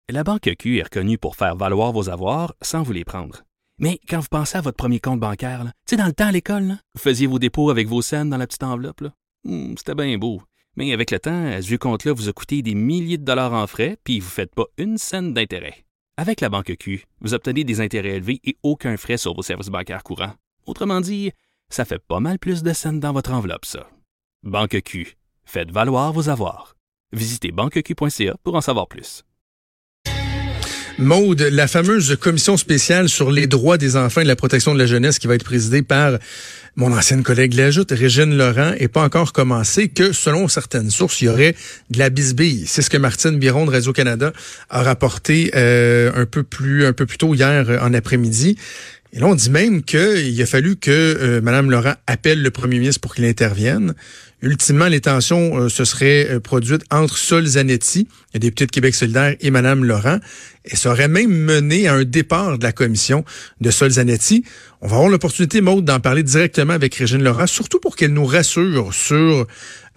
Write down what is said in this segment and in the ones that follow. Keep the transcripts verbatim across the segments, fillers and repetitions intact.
La Banque Q est reconnue pour faire valoir vos avoirs sans vous les prendre. Mais quand vous pensez à votre premier compte bancaire, tu sais, dans le temps à l'école, là, vous faisiez vos dépôts avec vos scènes dans la petite enveloppe. Là. Hum, c'était bien beau. Mais avec le temps, ce vieux compte-là vous a coûté des milliers de dollars en frais, puis vous ne faites pas une scène d'intérêt. Avec la Banque Q, vous obtenez des intérêts élevés et aucun frais sur vos services bancaires courants. Autrement dit, ça fait pas mal plus de scènes dans votre enveloppe, ça. Banque Q. Faites valoir vos avoirs. Visitez banque q point c a pour en savoir plus. Maude, la fameuse commission spéciale sur les droits des enfants et la protection de la jeunesse qui va être présidée par mon ancienne collègue l'ajoute, Régine Laurent, n'est pas encore commencée, que selon certaines sources, il y aurait de la bisbille. C'est ce que Martine Biron de Radio-Canada a rapporté euh, un peu plus un peu plus tôt hier euh, en après-midi. Et là, on dit même qu'il a fallu que euh, Mme Laurent appelle le premier ministre pour qu'il intervienne. Ultimement, les tensions euh, se seraient euh, produites entre Sol Zanetti, le député de Québec solidaire, et Mme Laurent. Et ça aurait même mené à un départ de la commission de Sol Zanetti. On va avoir l'opportunité, Maude, d'en parler directement avec Régine Laurent, surtout pour qu'elle nous rassure sur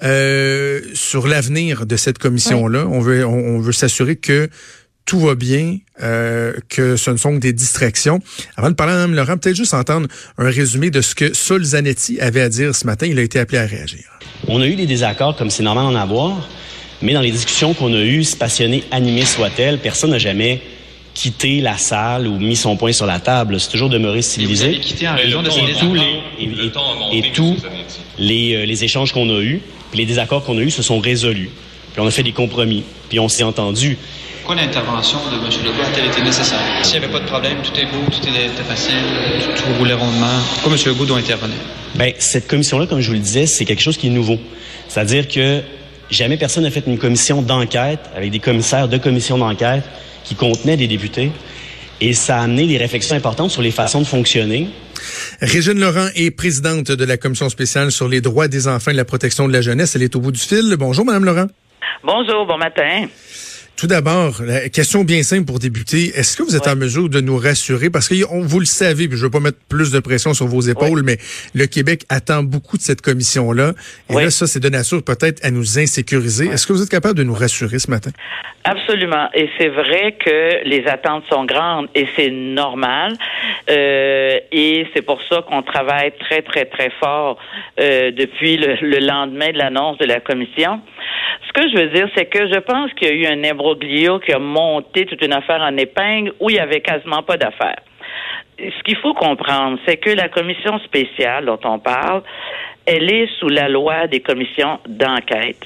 euh, sur l'avenir de cette commission-là. Oui. On veut on, on veut s'assurer que tout va bien, euh, que ce ne sont que des distractions. Avant de parler à Mme Laurent, peut-être juste entendre un résumé de ce que Sol Zanetti avait à dire ce matin. Il a été appelé à réagir. On a eu des désaccords, comme c'est normal d'en avoir, mais dans les discussions qu'on a eues, passionnés, animées soient-elles, personne n'a jamais quitté la salle ou mis son poing sur la table. C'est toujours demeuré civilisé. Vous avez quitté en raison de ces désaccords. Et, et, et, et tous les, euh, les échanges qu'on a eus, puis les désaccords qu'on a eus se sont résolus. Puis on a fait des compromis, puis on s'est entendus. Pourquoi l'intervention de M. Legault a-t-elle été nécessaire? S'il n'y avait pas de problème, tout est beau, tout était facile, tout, tout roulait rondement, pourquoi M. Legault doit intervenir? Bien, cette commission-là, comme je vous le disais, c'est quelque chose qui est nouveau. C'est-à-dire que jamais personne n'a fait une commission d'enquête avec des commissaires de commission d'enquête qui contenaient des députés. Et ça a amené des réflexions importantes sur les façons de fonctionner. Régine Laurent est présidente de la commission spéciale sur les droits des enfants et la protection de la jeunesse. Elle est au bout du fil. Bonjour, Mme Laurent. Bonjour, bon matin. Tout d'abord, la question bien simple pour débuter. Est-ce que vous êtes oui. en mesure de nous rassurer? Parce que on, vous le savez, puis je ne veux pas mettre plus de pression sur vos épaules, oui. mais le Québec attend beaucoup de cette commission-là. Et oui. là, ça, c'est de nature peut-être à nous insécuriser. Oui. Est-ce que vous êtes capable de nous rassurer ce matin? Absolument. Et c'est vrai que les attentes sont grandes et c'est normal. Euh, et c'est pour ça qu'on travaille très, très, très fort euh, depuis le, le lendemain de l'annonce de la commission. Ce que je veux dire, c'est que je pense qu'il y a eu un imbroglio qui a monté toute une affaire en épingle où il y avait quasiment pas d'affaires. Ce qu'il faut comprendre, c'est que la commission spéciale dont on parle, elle est sous la loi des commissions d'enquête.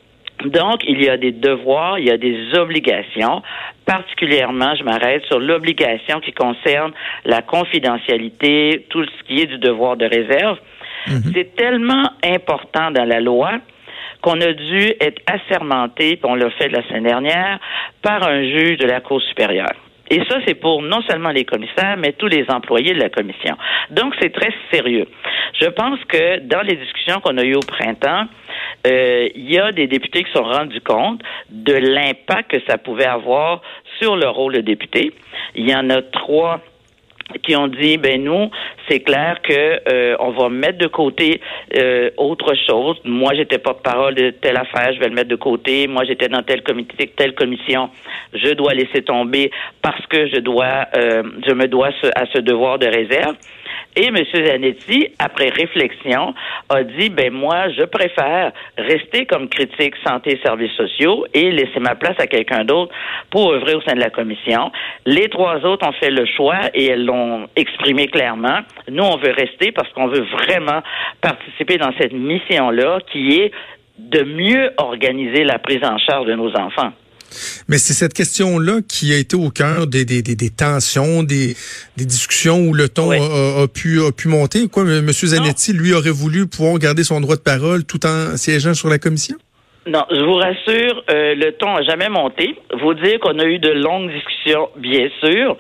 Donc, il y a des devoirs, il y a des obligations. Particulièrement, je m'arrête sur l'obligation qui concerne la confidentialité, tout ce qui est du devoir de réserve. Mm-hmm. C'est tellement important dans la loi qu'on a dû être assermenté, puis on l'a fait la semaine dernière, par un juge de la Cour supérieure. Et ça, c'est pour non seulement les commissaires, mais tous les employés de la commission. Donc, c'est très sérieux. Je pense que dans les discussions qu'on a eues au printemps, euh, il y a des députés qui se sont rendus compte de l'impact que ça pouvait avoir sur le rôle de député. Il y en a trois qui ont dit, ben nous, c'est clair que euh, on va mettre de côté euh, autre chose. Moi, j'étais porte-parole de telle affaire, je vais le mettre de côté. Moi, j'étais dans telle comité, telle commission, je dois laisser tomber parce que je dois, euh, je me dois ce, à ce devoir de réserve. Et M. Zanetti, après réflexion, a dit, ben moi, je préfère rester comme critique santé et services sociaux et laisser ma place à quelqu'un d'autre pour œuvrer au sein de la commission. Les trois autres ont fait le choix et elles l'ont exprimé clairement. Nous, on veut rester parce qu'on veut vraiment participer dans cette mission-là qui est de mieux organiser la prise en charge de nos enfants. Mais c'est cette question-là qui a été au cœur des, des, des, des tensions, des, des discussions où le ton oui. a, a, pu, a pu monter. Quoi, M. Zanetti, lui, aurait voulu pouvoir garder son droit de parole tout en siégeant sur la commission? Non, je vous rassure, euh, le ton n'a jamais monté. Vous dire qu'on a eu de longues discussions, bien sûr.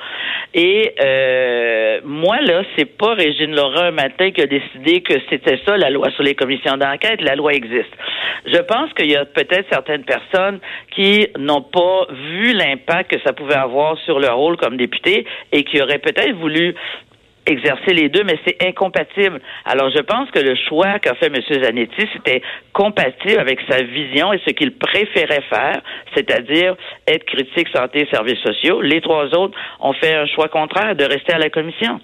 Et euh, moi, là, c'est pas Régine Laurent un matin qui a décidé que c'était ça, la loi sur les commissions d'enquête. La loi existe. Je pense qu'il y a peut-être certaines personnes qui n'ont pas vu l'impact que ça pouvait avoir sur leur rôle comme député et qui auraient peut-être voulu exercer les deux, mais c'est incompatible. Alors, je pense que le choix qu'a fait M. Zanetti, c'était compatible avec sa vision et ce qu'il préférait faire, c'est-à-dire être critique santé et services sociaux. Les trois autres ont fait un choix contraire de rester à la commission.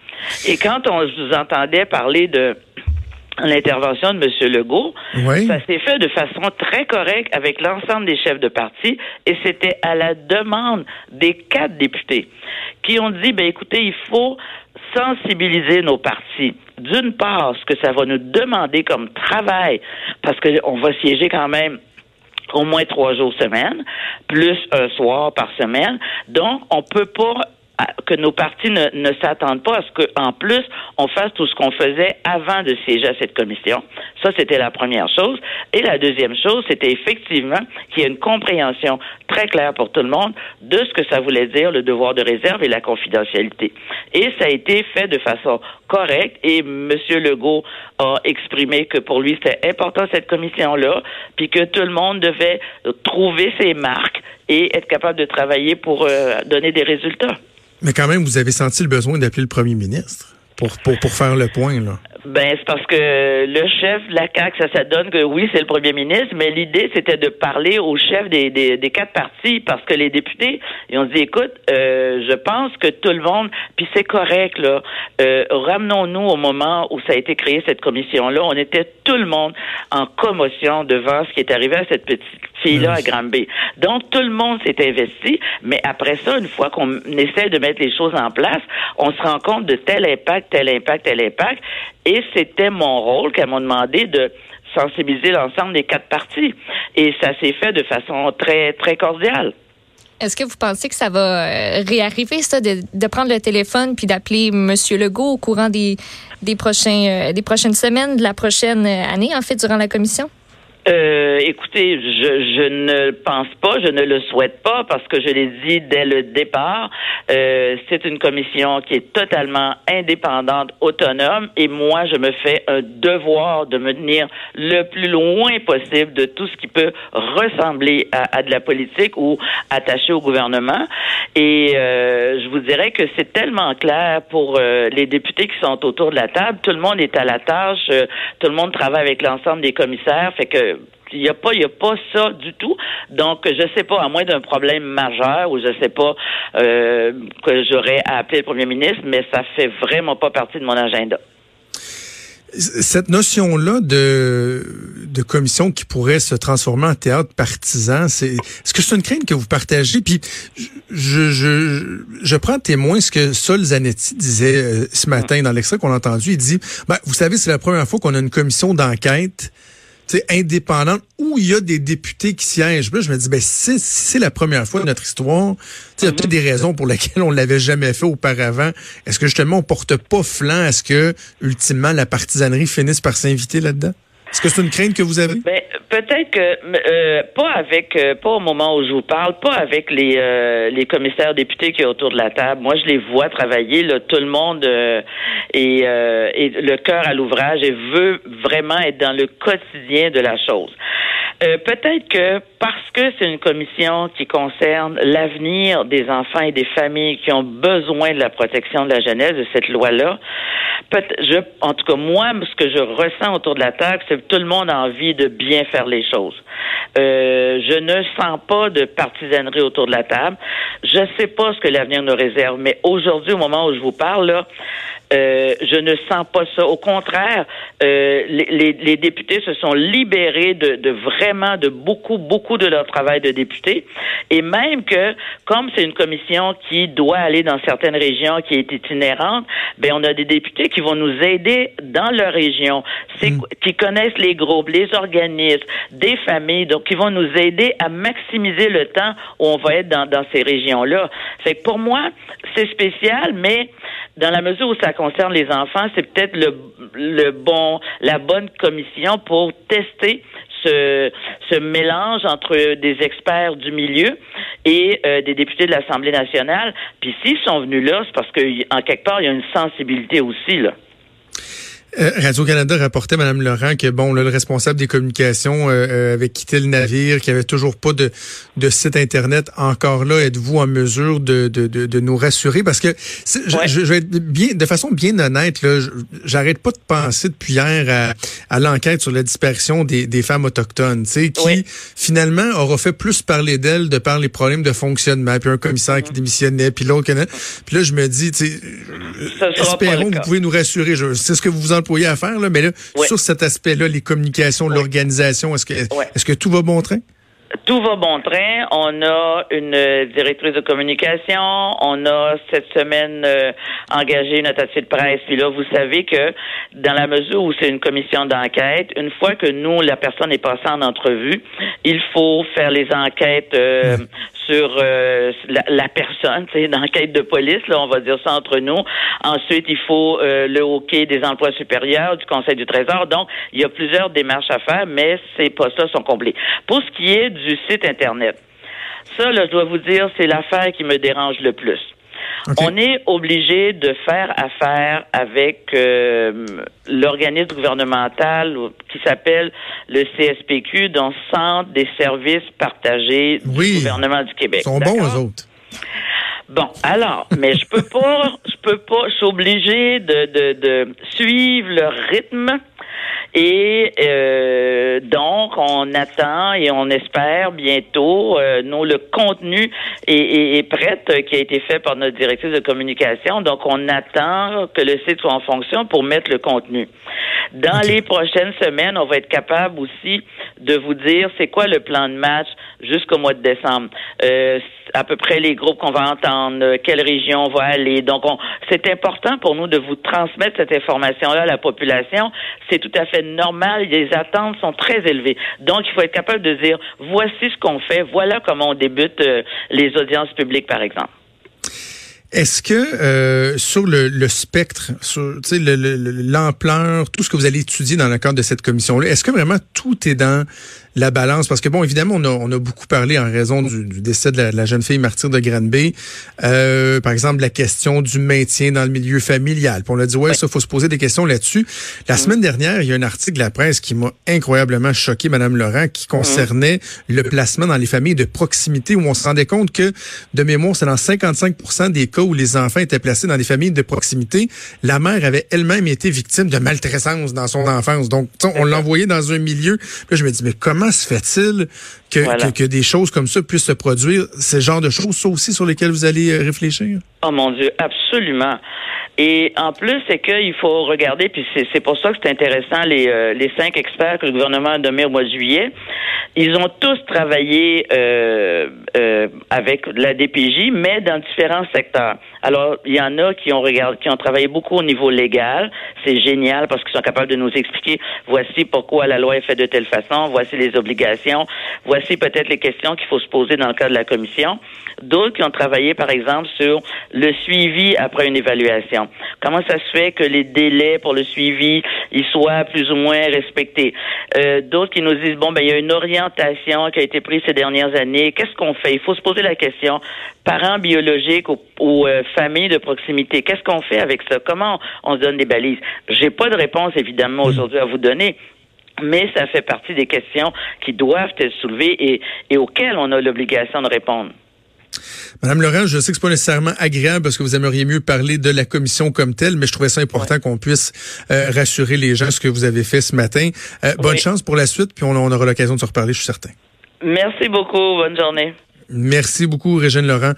Et quand on vous entendait parler de l'intervention de M. Legault, oui. ça s'est fait de façon très correcte avec l'ensemble des chefs de parti et c'était à la demande des quatre députés qui ont dit, ben écoutez, il faut sensibiliser nos partis. D'une part, ce que ça va nous demander comme travail, parce qu'on va siéger quand même au moins trois jours semaine, plus un soir par semaine. Donc, on peut pas que nos partis ne, ne s'attendent pas à ce qu'en plus, on fasse tout ce qu'on faisait avant de siéger à cette commission. Ça, c'était la première chose. Et la deuxième chose, c'était effectivement qu'il y ait une compréhension très claire pour tout le monde de ce que ça voulait dire le devoir de réserve et la confidentialité. Et ça a été fait de façon correcte et M. Legault a exprimé que pour lui, c'était important cette commission-là, puis que tout le monde devait trouver ses marques et être capable de travailler pour euh, donner des résultats. Mais quand même, vous avez senti le besoin d'appeler le premier ministre pour, pour, pour faire le point, là. Ben, c'est parce que le chef de la C A Q, ça, ça donne que oui, c'est le premier ministre, mais l'idée, c'était de parler au chef des, des, des quatre partis, parce que les députés, ils ont dit, écoute, euh, je pense que tout le monde, puis c'est correct, là, euh, ramenons-nous au moment où ça a été créé, cette commission-là, on était tout le monde en commotion devant ce qui est arrivé à cette petite fille-là à Granby. Donc, tout le monde s'est investi, mais après ça, une fois qu'on essaie de mettre les choses en place, on se rend compte de tel impact, tel impact, tel impact, et c'était mon rôle qu'elles m'ont demandé de sensibiliser l'ensemble des quatre partis. Et ça s'est fait de façon très, très cordiale. Est-ce que vous pensez que ça va réarriver, ça, de, de prendre le téléphone puis d'appeler M. Legault au courant des, des, prochains, des prochaines semaines, de la prochaine année, en fait, durant la commission? Euh, écoutez, je, je ne pense pas, je ne le souhaite pas, parce que je l'ai dit dès le départ, euh, c'est une commission qui est totalement indépendante, autonome, et moi, je me fais un devoir de me tenir le plus loin possible de tout ce qui peut ressembler à, à de la politique ou attaché au gouvernement. Et euh, je vous dirais que c'est tellement clair pour euh, les députés qui sont autour de la table, tout le monde est à la tâche, euh, tout le monde travaille avec l'ensemble des commissaires, fait que il n'y a pas, il y a pas ça du tout. Donc, je sais pas, à moins d'un problème majeur ou je sais pas euh, que j'aurais à appeler le premier ministre, mais ça fait vraiment pas partie de mon agenda. Cette notion-là de, de commission qui pourrait se transformer en théâtre partisan, c'est, est-ce que c'est une crainte que vous partagez? Puis, je, je, je prends témoin ce que Sol Zanetti disait euh, ce matin dans l'extrait qu'on a entendu. Il dit, ben, vous savez, c'est la première fois qu'on a une commission d'enquête indépendante où il y a des députés qui siègent. Là, je me dis, ben, si c'est la première fois de notre histoire, il y a peut-être des raisons pour lesquelles on l'avait jamais fait auparavant. Est-ce que justement on porte pas flanc à ce que, ultimement, la partisanerie finisse par s'inviter là-dedans? Est-ce que c'est une crainte que vous avez? Ben, peut-être que euh, pas avec, euh, pas au moment où je vous parle, pas avec les euh, les commissaires députés qui sont autour de la table. Moi, je les vois travailler. Là, tout le monde euh, est, euh, est le cœur à l'ouvrage et veut vraiment être dans le quotidien de la chose. Euh, peut-être que parce que c'est une commission qui concerne l'avenir des enfants et des familles qui ont besoin de la protection de la jeunesse, de cette loi-là, je, en tout cas, moi, ce que je ressens autour de la table, c'est que tout le monde a envie de bien faire les choses. Euh, je ne sens pas de partisanerie autour de la table. Je sais pas ce que l'avenir nous réserve, mais aujourd'hui, au moment où je vous parle, là, Euh, je ne sens pas ça. Au contraire, euh, les, les, les députés se sont libérés de, de vraiment de beaucoup, beaucoup de leur travail de députés. Et même que, comme c'est une commission qui doit aller dans certaines régions, qui est itinérante, ben on a des députés qui vont nous aider dans leur région, c'est, mmh. qui connaissent les groupes, les organismes, des familles, donc qui vont nous aider à maximiser le temps où on va être dans, dans ces régions-là. Fait que pour moi, c'est spécial, mais dans la mesure où ça concerne les enfants, c'est peut-être le, le bon, la bonne commission pour tester ce, ce mélange entre des experts du milieu et euh, des députés de l'Assemblée nationale. Puis s'ils sont venus là, c'est parce qu'en quelque part, il y a une sensibilité aussi, là. Euh, Radio-Canada rapportait, Mme Laurent, que bon, là, le responsable des communications euh, avait quitté le navire, qu'il n'y avait toujours pas de, de site Internet. Encore là, êtes-vous en mesure de, de, de, de nous rassurer? Parce que je, ouais. je, je vais être bien, de façon bien honnête, là, j'arrête pas de penser depuis hier à, à l'enquête sur la disparition des, des femmes autochtones, tu sais, qui oui. finalement aura fait plus parler d'elles de par les problèmes de fonctionnement, puis un commissaire mm-hmm. qui démissionnait, puis l'autre. Puis là, je me dis, tu sais, espérons que vous pouvez nous rassurer. Je, c'est ce que vous vous employé à faire, là, mais là, oui. sur cet aspect-là, les communications, oui. l'organisation, est-ce que, oui. est-ce que tout va bon train? Tout va bon train. On a une directrice de communication. On a cette semaine euh, engagé une attaché de presse. Puis là, vous savez que dans la mesure où c'est une commission d'enquête, une fois que nous, la personne est passée en entrevue, il faut faire les enquêtes euh, mmh. sur euh, la, la personne, tu sais, d'enquête de police, là, on va dire ça entre nous. Ensuite, il faut euh, le hockey des emplois supérieurs, du Conseil du Trésor. Donc, il y a plusieurs démarches à faire, mais ces postes-là sont complets. Pour ce qui est du site Internet, ça, là, je dois vous dire, c'est l'affaire qui me dérange le plus. Okay. On est obligé de faire affaire avec euh, l'organisme gouvernemental qui s'appelle le C S P Q, donc Centre des services partagés oui. du gouvernement du Québec. Ils sont bons, eux autres. Bon, alors, mais je peux pas, je peux pas, je suis obligé de, de, de suivre le rythme. Et euh, donc, on attend et on espère bientôt, euh, nous, le contenu est, est, est prêt, euh, qui a été fait par notre directrice de communication. Donc, on attend que le site soit en fonction pour mettre le contenu. Dans okay. les prochaines semaines, on va être capable aussi de vous dire c'est quoi le plan de match jusqu'au mois de décembre. Euh, à peu près les groupes qu'on va entendre, quelle région on va aller. Donc, on, c'est important pour nous de vous transmettre cette information-là à la population. C'est tout à fait normal. Les attentes sont très élevées. Donc, il faut être capable de dire, voici ce qu'on fait, voilà comment on débute euh, les audiences publiques, par exemple. Est-ce que euh, sur le, le spectre, sur le, le, l'ampleur, tout ce que vous allez étudier dans le cadre de cette commission-là, est-ce que vraiment tout est dans la balance? Parce que bon, évidemment, on a, on a beaucoup parlé en raison du, du décès de la, de la jeune fille martyre de Granby. Euh, par exemple, la question du maintien dans le milieu familial. Puis on a dit, ouais, ouais. ça, faut se poser des questions là-dessus. La mmh. semaine dernière, il y a un article de la presse qui m'a incroyablement choqué, Madame Laurent, qui concernait mmh. le placement dans les familles de proximité, où on se rendait compte que, de mémoire, c'est dans cinquante-cinq pour cent des cas où les enfants étaient placés dans des familles de proximité. La mère avait elle-même été victime de maltraitance dans son enfance. Donc, on l'envoyait dans un milieu. Là, je me dis, mais comment se fait-il que, voilà. que, que des choses comme ça puissent se produire? Ce genre de choses, ça aussi, sur lesquelles vous allez réfléchir? Oh mon Dieu, absolument. Et en plus, c'est qu'il faut regarder, puis c'est, c'est pour ça que c'est intéressant, les, euh, les cinq experts que le gouvernement a nommés au mois de juillet, ils ont tous travaillé euh, euh, avec la D P J, mais dans différents secteurs. Alors, il y en a qui ont regardé, qui ont travaillé beaucoup au niveau légal. C'est génial parce qu'ils sont capables de nous expliquer, voici pourquoi la loi est faite de telle façon, voici les obligations, voici peut-être les questions qu'il faut se poser dans le cadre de la commission. D'autres qui ont travaillé, par exemple, sur le suivi après une évaluation. Comment ça se fait que les délais pour le suivi, ils soient plus ou moins respectés? Euh, d'autres qui nous disent, bon, ben, il y a une orientation qui a été prise ces dernières années. Qu'est-ce qu'on fait? Il faut se poser la question. Parents biologiques ou, ou euh, familles de proximité, qu'est-ce qu'on fait avec ça? Comment on, on se donne des balises? J'ai pas de réponse, évidemment, aujourd'hui à vous donner. Mais ça fait partie des questions qui doivent être soulevées et, et auxquelles on a l'obligation de répondre. Madame Laurent, je sais que c'est pas nécessairement agréable parce que vous aimeriez mieux parler de la commission comme telle, mais je trouvais ça important ouais. qu'on puisse euh, rassurer les gens ce que vous avez fait ce matin. Euh, bonne oui. chance pour la suite, puis on, on aura l'occasion de se reparler, je suis certain. Merci beaucoup. Bonne journée. Merci beaucoup, Régine Laurent.